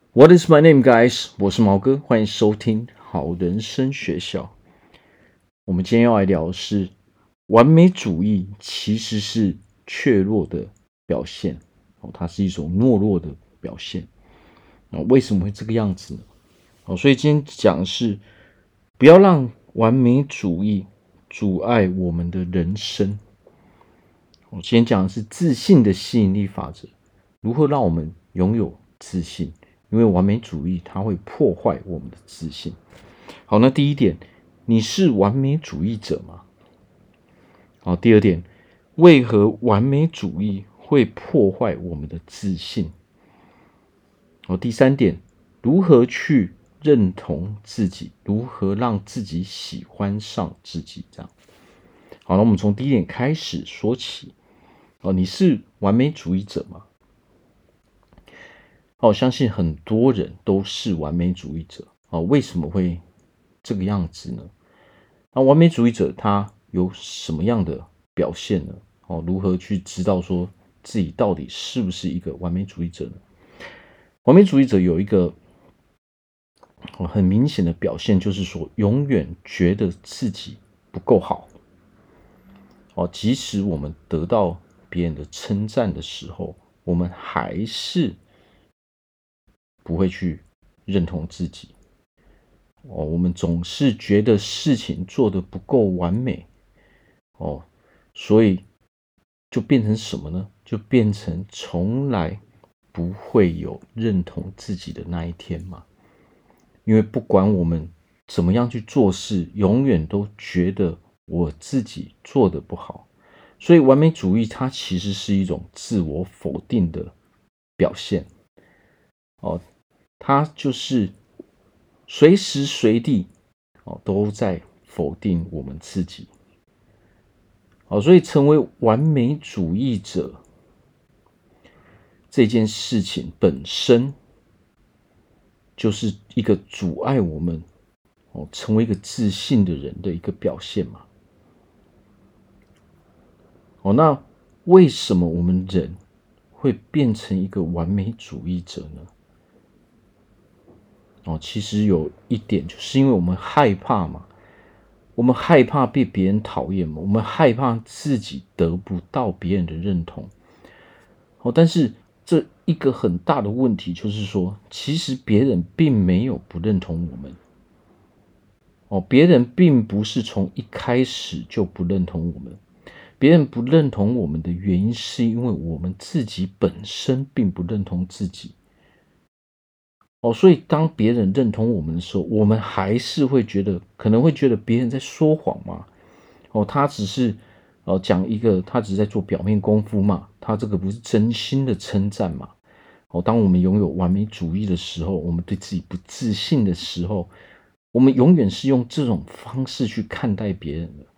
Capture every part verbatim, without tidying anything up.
What is my name, guys？ 我是毛哥，欢迎收听好人生学校。我们今天要来聊的是，完美主义其实是怯弱的表现，哦，它是一种懦弱的表现。哦，为什么会这个样子呢？哦，所以今天讲的是，不要让完美主义阻碍我们的人生。我今天讲的是自信的吸引力法则，如何让我们拥有自信？因为完美主义它会破坏我们的自信。好，那第一点，你是完美主义者吗？好，第二点，为何完美主义会破坏我们的自信？好，第三点，如何去认同自己？如何让自己喜欢上自己？这样。好，那我们从第一点开始说起。哦，你是完美主义者吗？哦，我相信很多人都是完美主义者。哦，为什么会这个样子呢？那完美主义者他有什么样的表现呢？哦，如何去知道说自己到底是不是一个完美主义者呢？完美主义者有一个很明显的表现，就是说永远觉得自己不够好。哦，即使我们得到别人的称赞的时候，我们还是不会去认同自己。哦，我们总是觉得事情做得不够完美。哦，所以就变成什么呢？就变成从来不会有认同自己的那一天嘛。因为不管我们怎么样去做事，永远都觉得我自己做得不好。所以完美主义它其实是一种自我否定的表现。哦，它就是随时随地哦都在否定我们自己。哦，所以成为完美主义者这件事情本身，就是一个阻碍我们哦成为一个自信的人的一个表现嘛。哦，那为什么我们人会变成一个完美主义者呢？哦，其实有一点就是因为我们害怕嘛，我们害怕被别人讨厌嘛，我们害怕自己得不到别人的认同。哦，但是这一个很大的问题就是说，其实别人并没有不认同我们。哦，别人并不是从一开始就不认同我们，别人不认同我们的原因是因为我们自己本身并不认同自己。哦，所以当别人认同我们的时候，我们还是会觉得，可能会觉得别人在说谎嘛。哦，他只是哦讲一个，他只是在做表面功夫嘛，他这个不是真心的称赞嘛。哦，当我们拥有完美主义的时候，我们对自己不自信的时候，我们永远是用这种方式去看待别人的。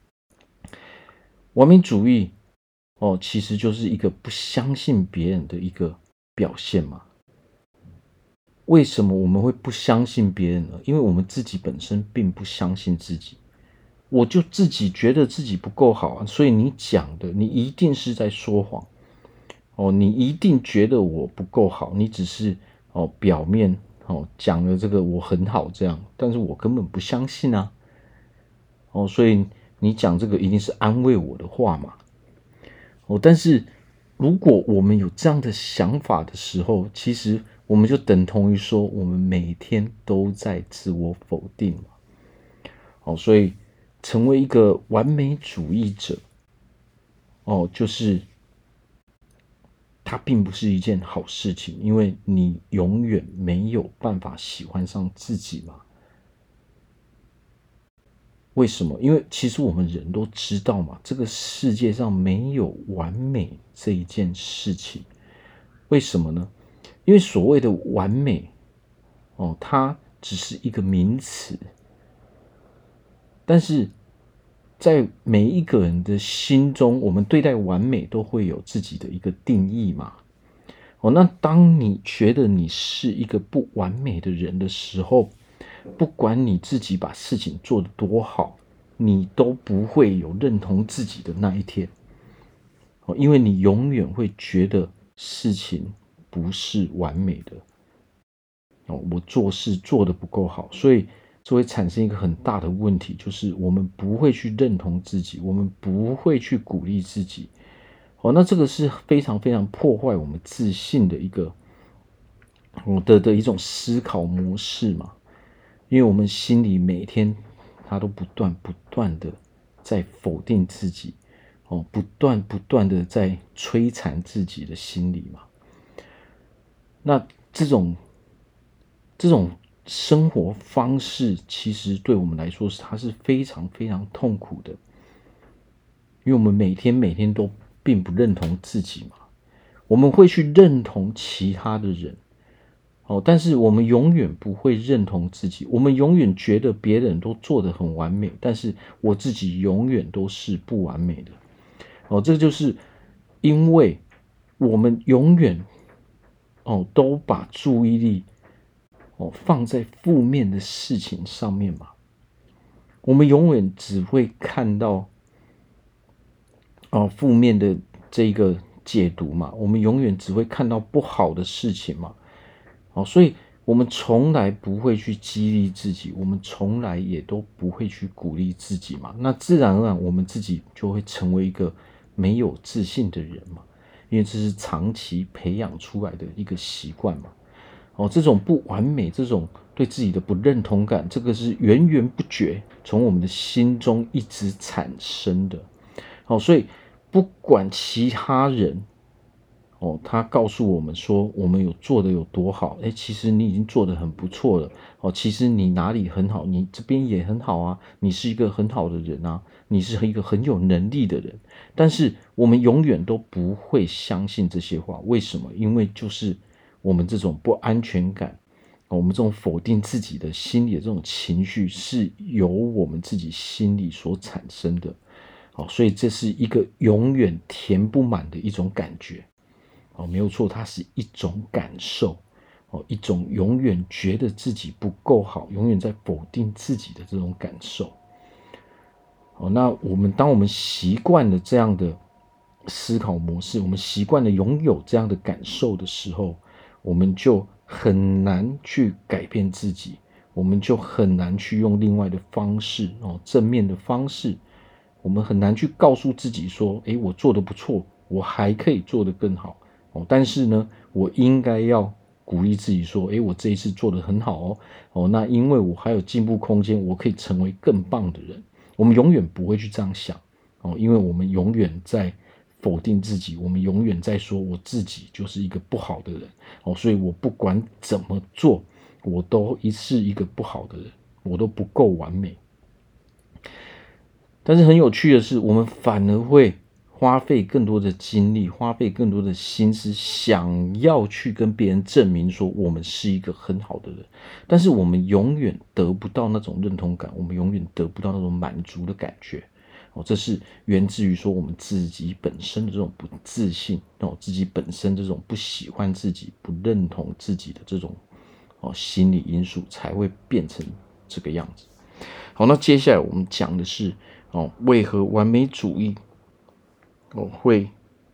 完美主义哦，其实就是一个不相信别人的一个表现嘛。为什么我们会不相信别人呢？因为我们自己本身并不相信自己。我就自己觉得自己不够好啊，所以你讲的，你一定是在说谎。哦，你一定觉得我不够好，你只是哦表面哦讲了这个我很好这样，但是我根本不相信啊。哦，所以你讲这个一定是安慰我的话嘛。哦，但是如果我们有这样的想法的时候，其实我们就等同于说，我们每天都在自我否定嘛。哦，所以成为一个完美主义者，哦，就是它并不是一件好事情，因为你永远没有办法喜欢上自己嘛。为什么？因为其实我们人都知道嘛，这个世界上没有完美这一件事情。为什么呢？因为所谓的完美，哦，它只是一个名词，但是在每一个人的心中，我们对待完美都会有自己的一个定义嘛。哦，那当你觉得你是一个不完美的人的时候，不管你自己把事情做得多好，你都不会有认同自己的那一天。哦，因为你永远会觉得事情不是完美的。 哦，我做事做得不够好，所以这会产生一个很大的问题，就是我们不会去认同自己，我们不会去鼓励自己。哦，那这个是非常非常破坏我们自信的一个我的的一种思考模式嘛。因为我们心里每天他都不断不断的在否定自己，哦，不断不断的在摧残自己的心理嘛。那这种这种生活方式，其实对我们来说，它是非常非常痛苦的，因为我们每天每天都并不认同自己嘛，我们会去认同其他的人，哦，但是我们永远不会认同自己，我们永远觉得别人都做得很完美，但是我自己永远都是不完美的。哦，这就是因为我们永远哦都把注意力哦放在负面的事情上面嘛，我们永远只会看到哦负面的这个解读嘛，我们永远只会看到不好的事情嘛。哦，所以我们从来不会去激励自己，我们从来也都不会去鼓励自己嘛。那自然而然，我们自己就会成为一个没有自信的人嘛，因为这是长期培养出来的一个习惯嘛。哦，这种不完美，这种对自己的不认同感，这个是源源不绝从我们的心中一直产生的。哦，所以不管其他人哦，他告诉我们说我们有做的有多好，诶，其实你已经做得很不错了。哦，其实你哪里很好，你这边也很好啊，你是一个很好的人啊，你是一个很有能力的人。但是我们永远都不会相信这些话，为什么？因为就是我们这种不安全感，我们这种否定自己的心理的这种情绪，是由我们自己心里所产生的。好，所以这是一个永远填不满的一种感觉。哦，没有错，它是一种感受，哦，一种永远觉得自己不够好，永远在否定自己的这种感受。哦，那我们当我们习惯了这样的思考模式，我们习惯了拥有这样的感受的时候，我们就很难去改变自己，我们就很难去用另外的方式，哦，正面的方式，我们很难去告诉自己说，诶，我做得不错，我还可以做得更好。哦，但是呢，我应该要鼓励自己说，诶，我这一次做得很好哦，哦，那因为我还有进步空间，我可以成为更棒的人。我们永远不会去这样想，哦，因为我们永远在否定自己，我们永远在说我自己就是一个不好的人，哦，所以我不管怎么做，我都是一个不好的人，我都不够完美。但是很有趣的是，我们反而会花费更多的精力，花费更多的心思，想要去跟别人证明说我们是一个很好的人，但是我们永远得不到那种认同感，我们永远得不到那种满足的感觉。哦，这是源自于说我们自己本身的这种不自信，哦，自己本身这种不喜欢自己、不认同自己的这种哦心理因素，才会变成这个样子。好，那接下来我们讲的是哦，为何完美主义哦会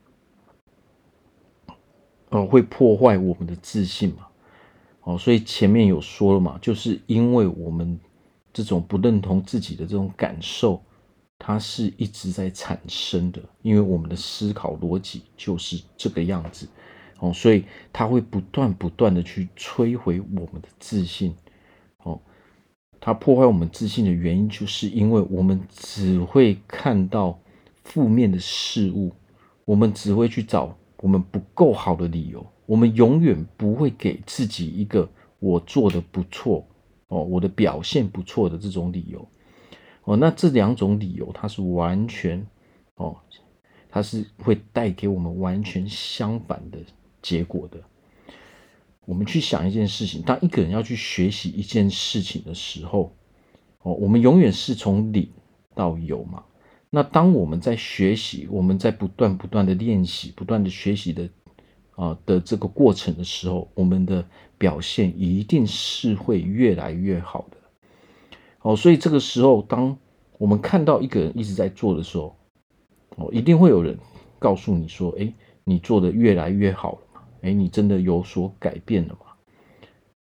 哦会破坏我们的自信嘛？哦，所以前面有说了嘛，就是因为我们这种不认同自己的这种感受，它是一直在产生的，因为我们的思考逻辑就是这个样子。哦，所以它会不断不断的去摧毁我们的自信。哦，它破坏我们自信的原因，就是因为我们只会看到负面的事物，我们只会去找我们不够好的理由，我们永远不会给自己一个我做的不错哦，我的表现不错的这种理由哦。那这两种理由，它是完全哦，它是会带给我们完全相反的结果的。我们去想一件事情，当一个人要去学习一件事情的时候，哦，我们永远是从零到有嘛。那当我们在学习，我们在不断不断的练习、不断的学习的啊、呃、的这个过程的时候，我们的表现一定是会越来越好的。哦，所以这个时候，当我们看到一个人一直在做的时候，哦，一定会有人告诉你说：“诶，你做的越来越好了嘛？诶，你真的有所改变了嘛？”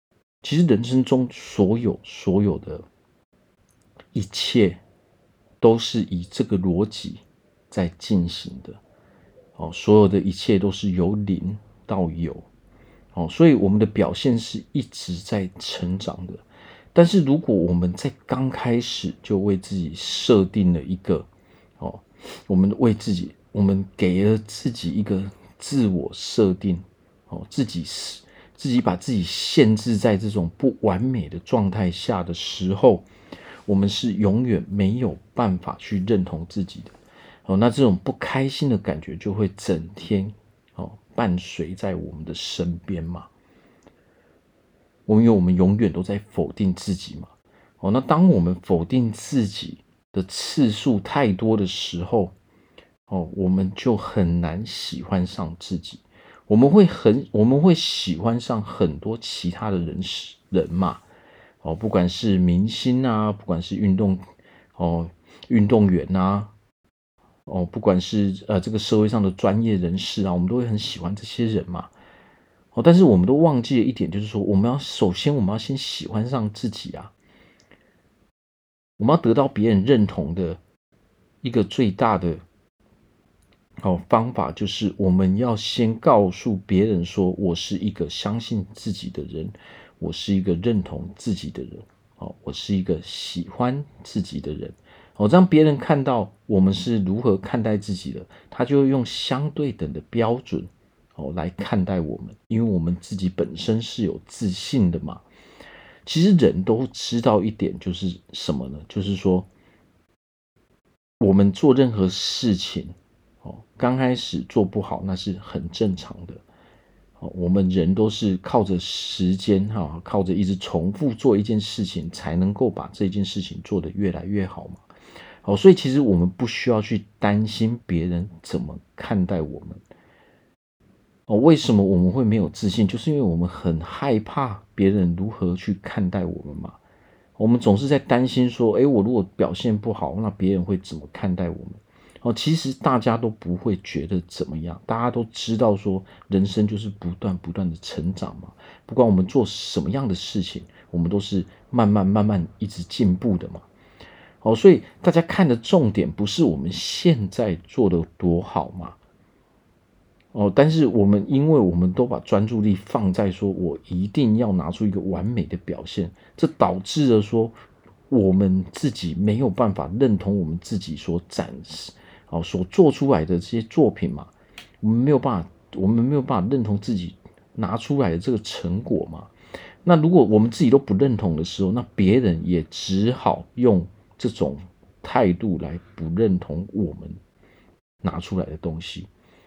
其实人生中所有所有的一切都是以这个逻辑在进行的。哦，所有的一切都是由零到有。哦，所以我们的表现是一直在成长的。但是如果我们在刚开始就为自己设定了一个，哦，我们为自己，我们给了自己一个自我设定，哦，自己自己把自己限制在这种不完美的状态下的时候，我们是永远没有办法去认同自己的。哦，那这种不开心的感觉就会整天哦伴随在我们的身边嘛。我们因为我们永远都在否定自己嘛。哦，那当我们否定自己的次数太多的时候，哦，我们就很难喜欢上自己。我们会很，我们会喜欢上很多其他的人人嘛。哦，不管是明星啊，不管是运动哦运动员啊，哦，不管是呃这个社会上的专业人士啊，我们都会很喜欢这些人嘛。哦，但是我们都忘记了一点，就是说，我们要首先我们要先喜欢上自己啊。我们要得到别人认同的一个最大的哦方法，就是我们要先告诉别人说，我是一个相信自己的人，我是一个认同自己的人，哦，我是一个喜欢自己的人。哦，让别人看到我们是如何看待自己的，他就会用相对等的标准哦来看待我们，因为我们自己本身是有自信的嘛。其实人都知道一点，就是什么呢？就是说，我们做任何事情，哦，刚开始做不好，那是很正常的。哦，我们人都是靠着时间，哈，靠着一直重复做一件事情，才能够把这件事情做得越来越好嘛。哦，所以其实我们不需要去担心别人怎么看待我们。哦，为什么我们会没有自信？就是因为我们很害怕别人如何去看待我们嘛。我们总是在担心说，诶，我如果表现不好，那别人会怎么看待我们？哦，其实大家都不会觉得怎么样，大家都知道说，人生就是不断不断的成长嘛。不管我们做什么样的事情，我们都是慢慢慢慢一直进步的嘛。哦，所以大家看的重点不是我们现在做的多好嘛。哦，但是我们因为我们都把专注力放在说我一定要拿出一个完美的表现，这导致了说我们自己没有办法认同我们自己所展示哦所做出来的这些作品嘛。我们没有办法，我们没有办法认同自己拿出来的这个成果嘛。那如果我们自己都不认同的时候，那别人也只好用这种态度来不认同我们拿出来的东西。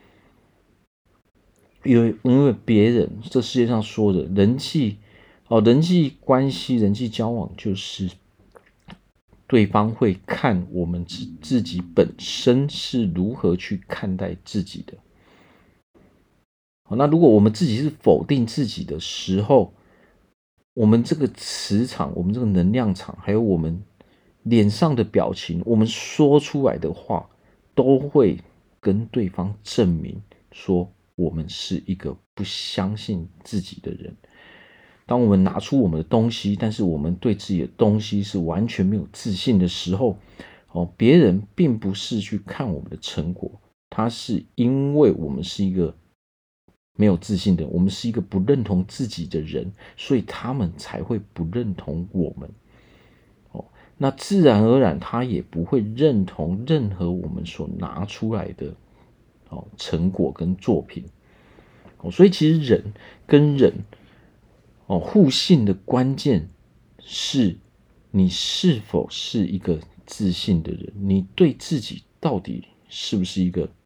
因为因为别人，这世界上说的人际哦，人际关系、人际交往，就是对方会看我们自自己本身是如何去看待自己的。好，那如果我们自己是否定自己的时候，我们这个磁场、我们这个能量场，还有我们脸上的表情，我们说出来的话，都会跟对方证明说，我们是一个不相信自己的人。当我们拿出我们的东西，但是我们对自己的东西是完全没有自信的时候，哦，别人并不是去看我们的成果，他是因为我们是一个没有自信的人，我们是一个不认同自己的人，所以他们才会不认同我们。哦，那自然而然他也不会认同任何我们所拿出来的哦成果跟作品。哦，所以其实人跟人哦互信的关键是你是否是一个自信的人，你对自己到底是不是一个，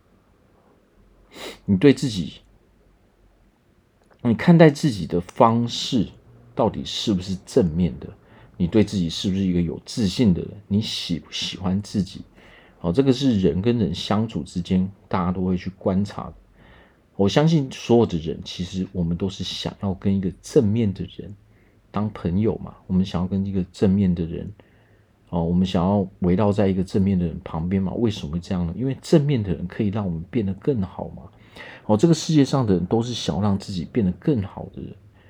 你对自己你看待自己的方式到底是不是正面的？你对自己是不是一个有自信的人？你喜不喜欢自己？哦，这个是人跟人相处之间，大家都会去观察的。我相信所有的人，其实我们都是想要跟一个正面的人当朋友嘛。我们想要跟一个正面的人，哦，我们想要围绕在一个正面的人旁边嘛。为什么会这样呢？因为正面的人可以让我们变得更好嘛。哦，这个世界上的人都是想要让自己变得更好的人。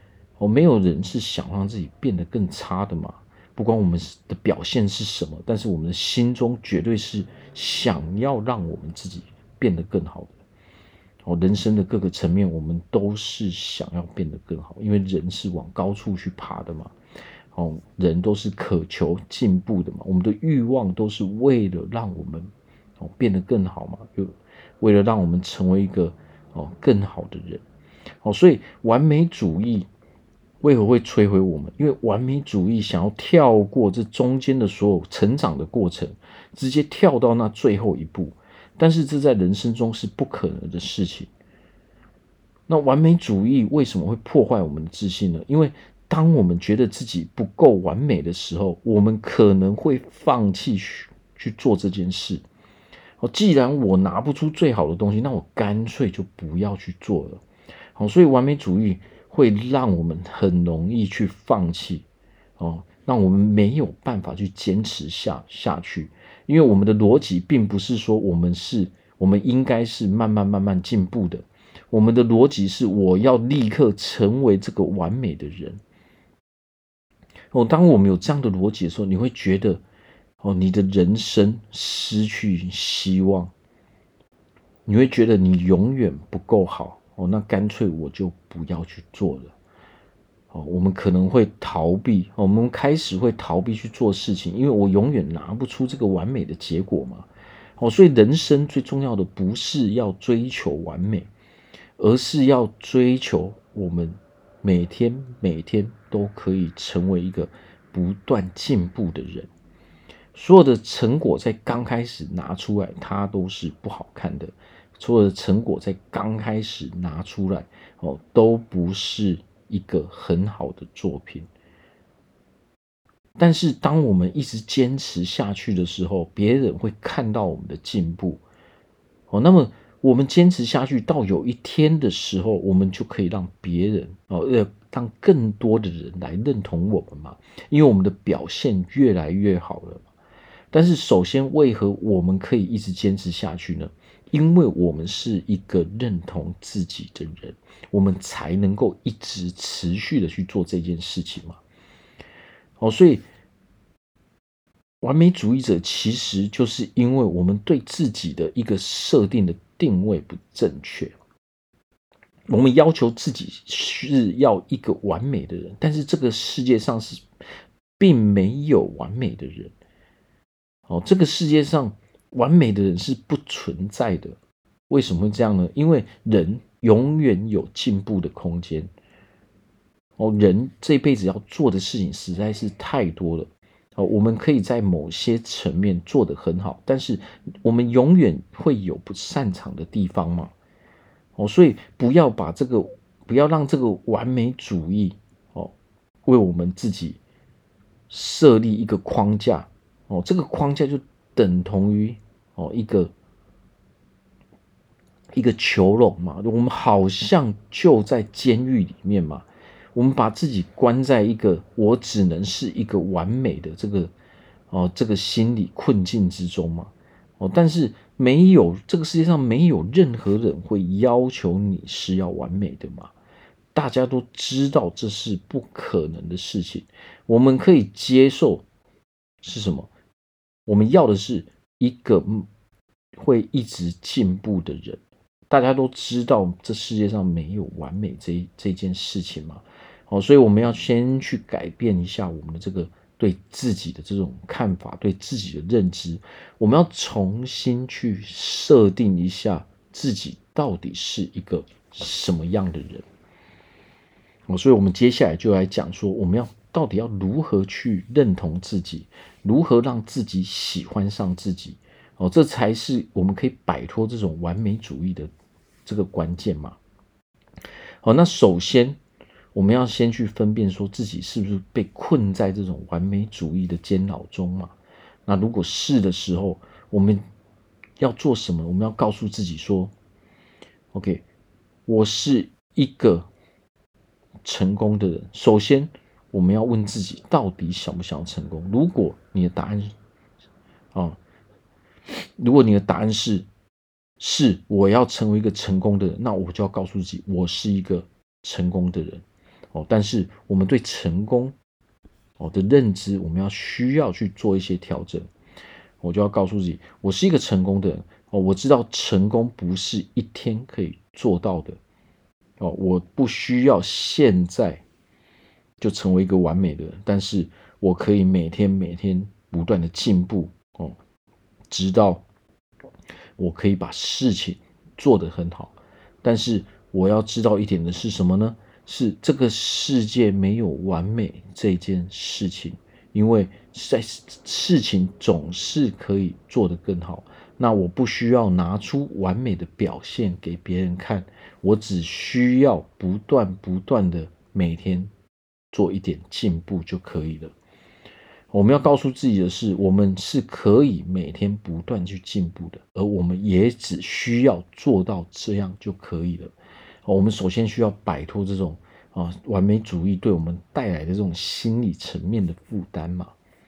哦，没有人是想让自己变得更差的嘛。不管我们的表现是什么，但是我们的心中绝对是想要让我们自己变得更好的。哦，人生的各个层面，我们都是想要变得更好，因为人是往高处去爬的嘛。哦，人都是渴求进步的嘛，我们的欲望都是为了让我们哦变得更好嘛，就为了让我们成为一个哦更好的人。哦，所以完美主义为何会摧毁我们？因为完美主义想要跳过这中间的所有成长的过程，直接跳到那最后一步，但是这在人生中是不可能的事情。那完美主义为什么会破坏我们的自信呢？因为当我们觉得自己不够完美的时候，我们可能会放弃去去做这件事。哦，既然我拿不出最好的东西，那我干脆就不要去做了。好，所以完美主义会让我们很容易去放弃，哦，让我们没有办法去坚持下下去，因为我们的逻辑并不是说我们是，我们应该是慢慢慢慢进步的，我们的逻辑是我要立刻成为这个完美的人。哦，当我们有这样的逻辑的时候，你会觉得，哦，你的人生失去希望，你会觉得你永远不够好。哦，那干脆我就不要去做了。哦，我们可能会逃避，我们开始会逃避去做事情，因为我永远拿不出这个完美的结果嘛。哦，所以人生最重要的不是要追求完美，而是要追求我们每天每天都可以成为一个不断进步的人。所有的成果在刚开始拿出来，它都是不好看的。所有的成果在刚开始拿出来，哦，都不是一个很好的作品。但是当我们一直坚持下去的时候，别人会看到我们的进步。哦，那么我们坚持下去，到有一天的时候，我们就可以让别人哦，呃，让更多的人来认同我们嘛，因为我们的表现越来越好了嘛。但是首先，为何我们可以一直坚持下去呢？因为我们是一个认同自己的人，我们才能够一直持续的去做这件事情嘛。哦，所以完美主义者其实就是因为我们对自己的一个设定的定位不正确。我们要求自己是要一个完美的人，但是这个世界上是并没有完美的人。哦，这个世界上完美的人是不存在的。为什么会这样呢？因为人永远有进步的空间。哦，人这辈子要做的事情实在是太多了。哦，我们可以在某些层面做得很好，但是我们永远会有不擅长的地方嘛。哦，所以不要把这个，不要让这个完美主义哦，为我们自己设立一个框架。哦，这个框架就等同于哦一个一个囚笼嘛，我们好像就在监狱里面嘛，我们把自己关在一个我只能是一个完美的这个哦这个心理困境之中嘛。哦，但是没有，这个世界上没有任何人会要求你是要完美的嘛，大家都知道这是不可能的事情。我们可以接受是什么？我们要的是一个会一直进步的人。大家都知道这世界上没有完美这这件事情嘛，好，所以我们要先去改变一下我们的这个对自己的这种看法，对自己的认知，我们要重新去设定一下自己到底是一个什么样的人。哦，所以我们接下来就来讲说，我们要到底要如何去认同自己，如何让自己喜欢上自己。哦，这才是我们可以摆脱这种完美主义的这个关键嘛。好，那首先我们要先去分辨说自己是不是被困在这种完美主义的监牢中嘛。那如果是的时候，我们要做什么？我们要告诉自己说 OK， 我是一个成功的人。首先我们要问自己到底想不想要成功。如果你的答案啊，如果你的答案是是我要成为一个成功的人，那我就要告诉自己我是一个成功的人。 哦，但是我们对成功哦的认知，我们要需要去做一些调整。我就要告诉自己，我是一个成功的人哦，我知道成功不是一天可以做到的哦，我不需要现在就成为一个完美的人，但是我可以每天每天不断的进步哦，直到我可以把事情做得很好。但是我要知道一点的是什么呢？是这个世界没有完美这件事情，因为在事情总是可以做得更好。那我不需要拿出完美的表现给别人看，我只需要不断不断的每天做一点进步就可以了。我们要告诉自己的是，我们是可以每天不断去进步的，而我们也只需要做到这样就可以了。我们首先需要摆脱这种啊完美主义对我们带来的这种心理层面的负担嘛。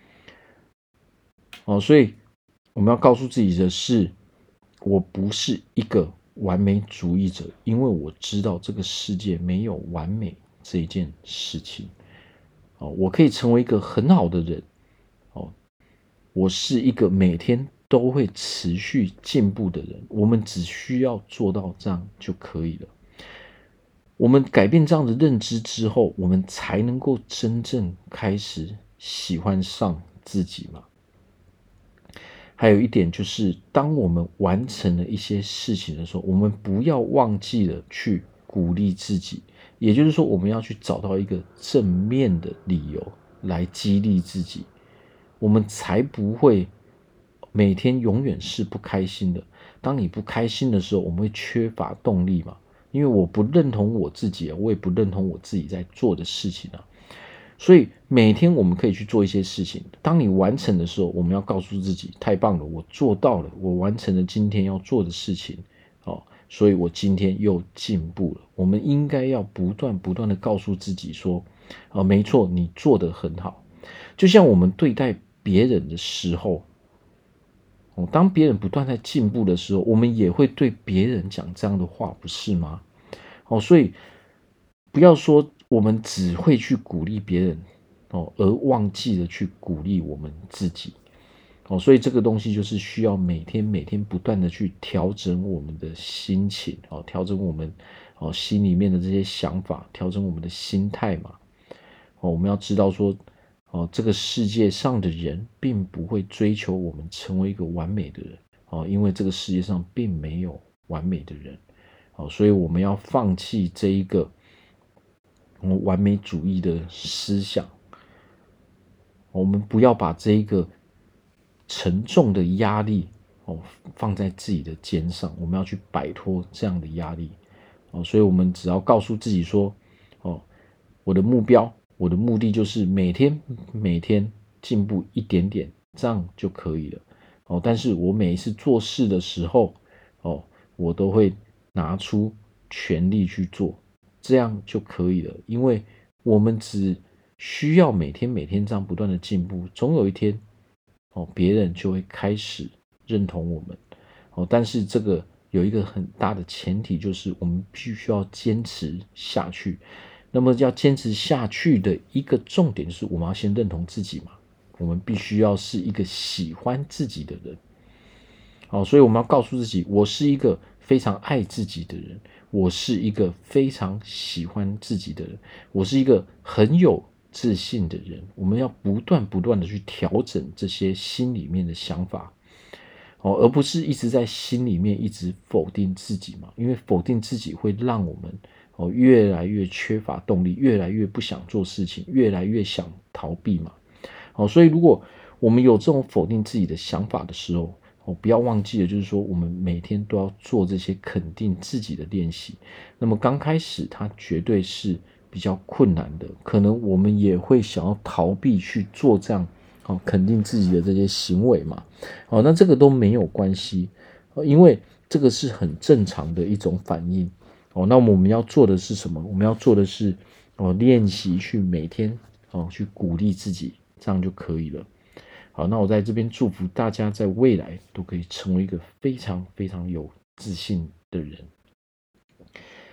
哦，所以我们要告诉自己的是，我不是一个完美主义者，因为我知道这个世界没有完美这一件事情。哦，我可以成为一个很好的人。哦，我是一个每天都会持续进步的人，我们只需要做到这样就可以了。我们改变这样的认知之后，我们才能够真正开始喜欢上自己嘛。还有一点就是，当我们完成了一些事情的时候，我们不要忘记了去鼓励自己，也就是说，我们要去找到一个正面的理由来激励自己，我们才不会每天永远是不开心的。当你不开心的时候，我们会缺乏动力嘛，因为我不认同我自己，我也不认同我自己在做的事情啊。所以每天我们可以去做一些事情，当你完成的时候，我们要告诉自己，太棒了，我做到了，我完成了今天要做的事情，哦，所以我今天又进步了。我们应该要不断不断的告诉自己说，啊，没错，你做得很好。就像我们对待别人的时候，哦，当别人不断在进步的时候，我们也会对别人讲这样的话，不是吗？哦，所以不要说我们只会去鼓励别人哦，而忘记了去鼓励我们自己哦，所以这个东西就是需要每天每天不断的去调整我们的心情哦，调整我们哦心里面的这些想法，调整我们的心态嘛哦，我们要知道说哦，这个世界上的人并不会追求我们成为一个完美的人哦，因为这个世界上并没有完美的人。好，所以我们要放弃这一个完美主义的思想，我们不要把这一个沉重的压力哦放在自己的肩上，我们要去摆脱这样的压力哦。所以我们只要告诉自己说，哦，我的目标，我的目的就是每天每天进步一点点，这样就可以了哦。但是我每一次做事的时候，哦，我都会拿出全力去做，这样就可以了。因为我们只需要每天每天这样不断的进步，总有一天，哦，别人就会开始认同我们。哦，但是这个有一个很大的前提，就是我们必须要坚持下去。那么要坚持下去的一个重点就是我们要先认同自己嘛，我们必须要是一个喜欢自己的人。好，所以我们要告诉自己，我是一个非常爱自己的人，我是一个非常喜欢自己的人，我是一个很有自信的人。我们要不断不断的去调整这些心里面的想法，哦，而不是一直在心里面一直否定自己嘛，因为否定自己会让我们哦越来越缺乏动力，越来越不想做事情，越来越想逃避嘛。好，所以如果我们有这种否定自己的想法的时候，哦，不要忘记了，就是说我们每天都要做这些肯定自己的练习。那么刚开始它绝对是比较困难的，可能我们也会想要逃避去做这样哦肯定自己的这些行为嘛。哦，那这个都没有关系，因为这个是很正常的一种反应。哦，那我们要做的是什么？我们要做的是哦练习去每天哦去鼓励自己，这样就可以了。好，那我在这边祝福大家在未来都可以成为一个非常非常有自信的人。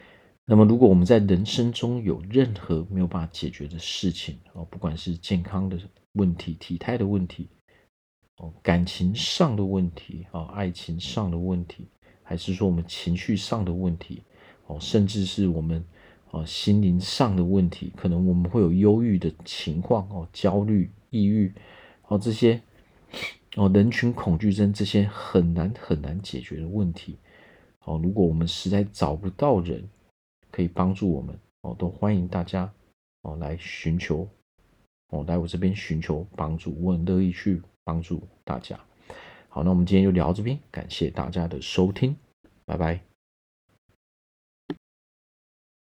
那么如果我们在人生中有任何没有办法解决的事情，哦，不管是健康的问题、体态的问题，哦，感情上的问题，哦，爱情上的问题，还是说我们情绪上的问题，哦，甚至是我们哦心灵上的问题，可能我们会有忧郁的情况，哦，焦虑、抑郁，哦，这些哦人群恐惧症这些很难很难解决的问题，哦，如果我们实在找不到人可以帮助我们，哦，都欢迎大家哦来寻求哦来我这边寻求帮助，我很乐意去帮助大家。好，那我们今天就聊到这边，感谢大家的收听，拜拜。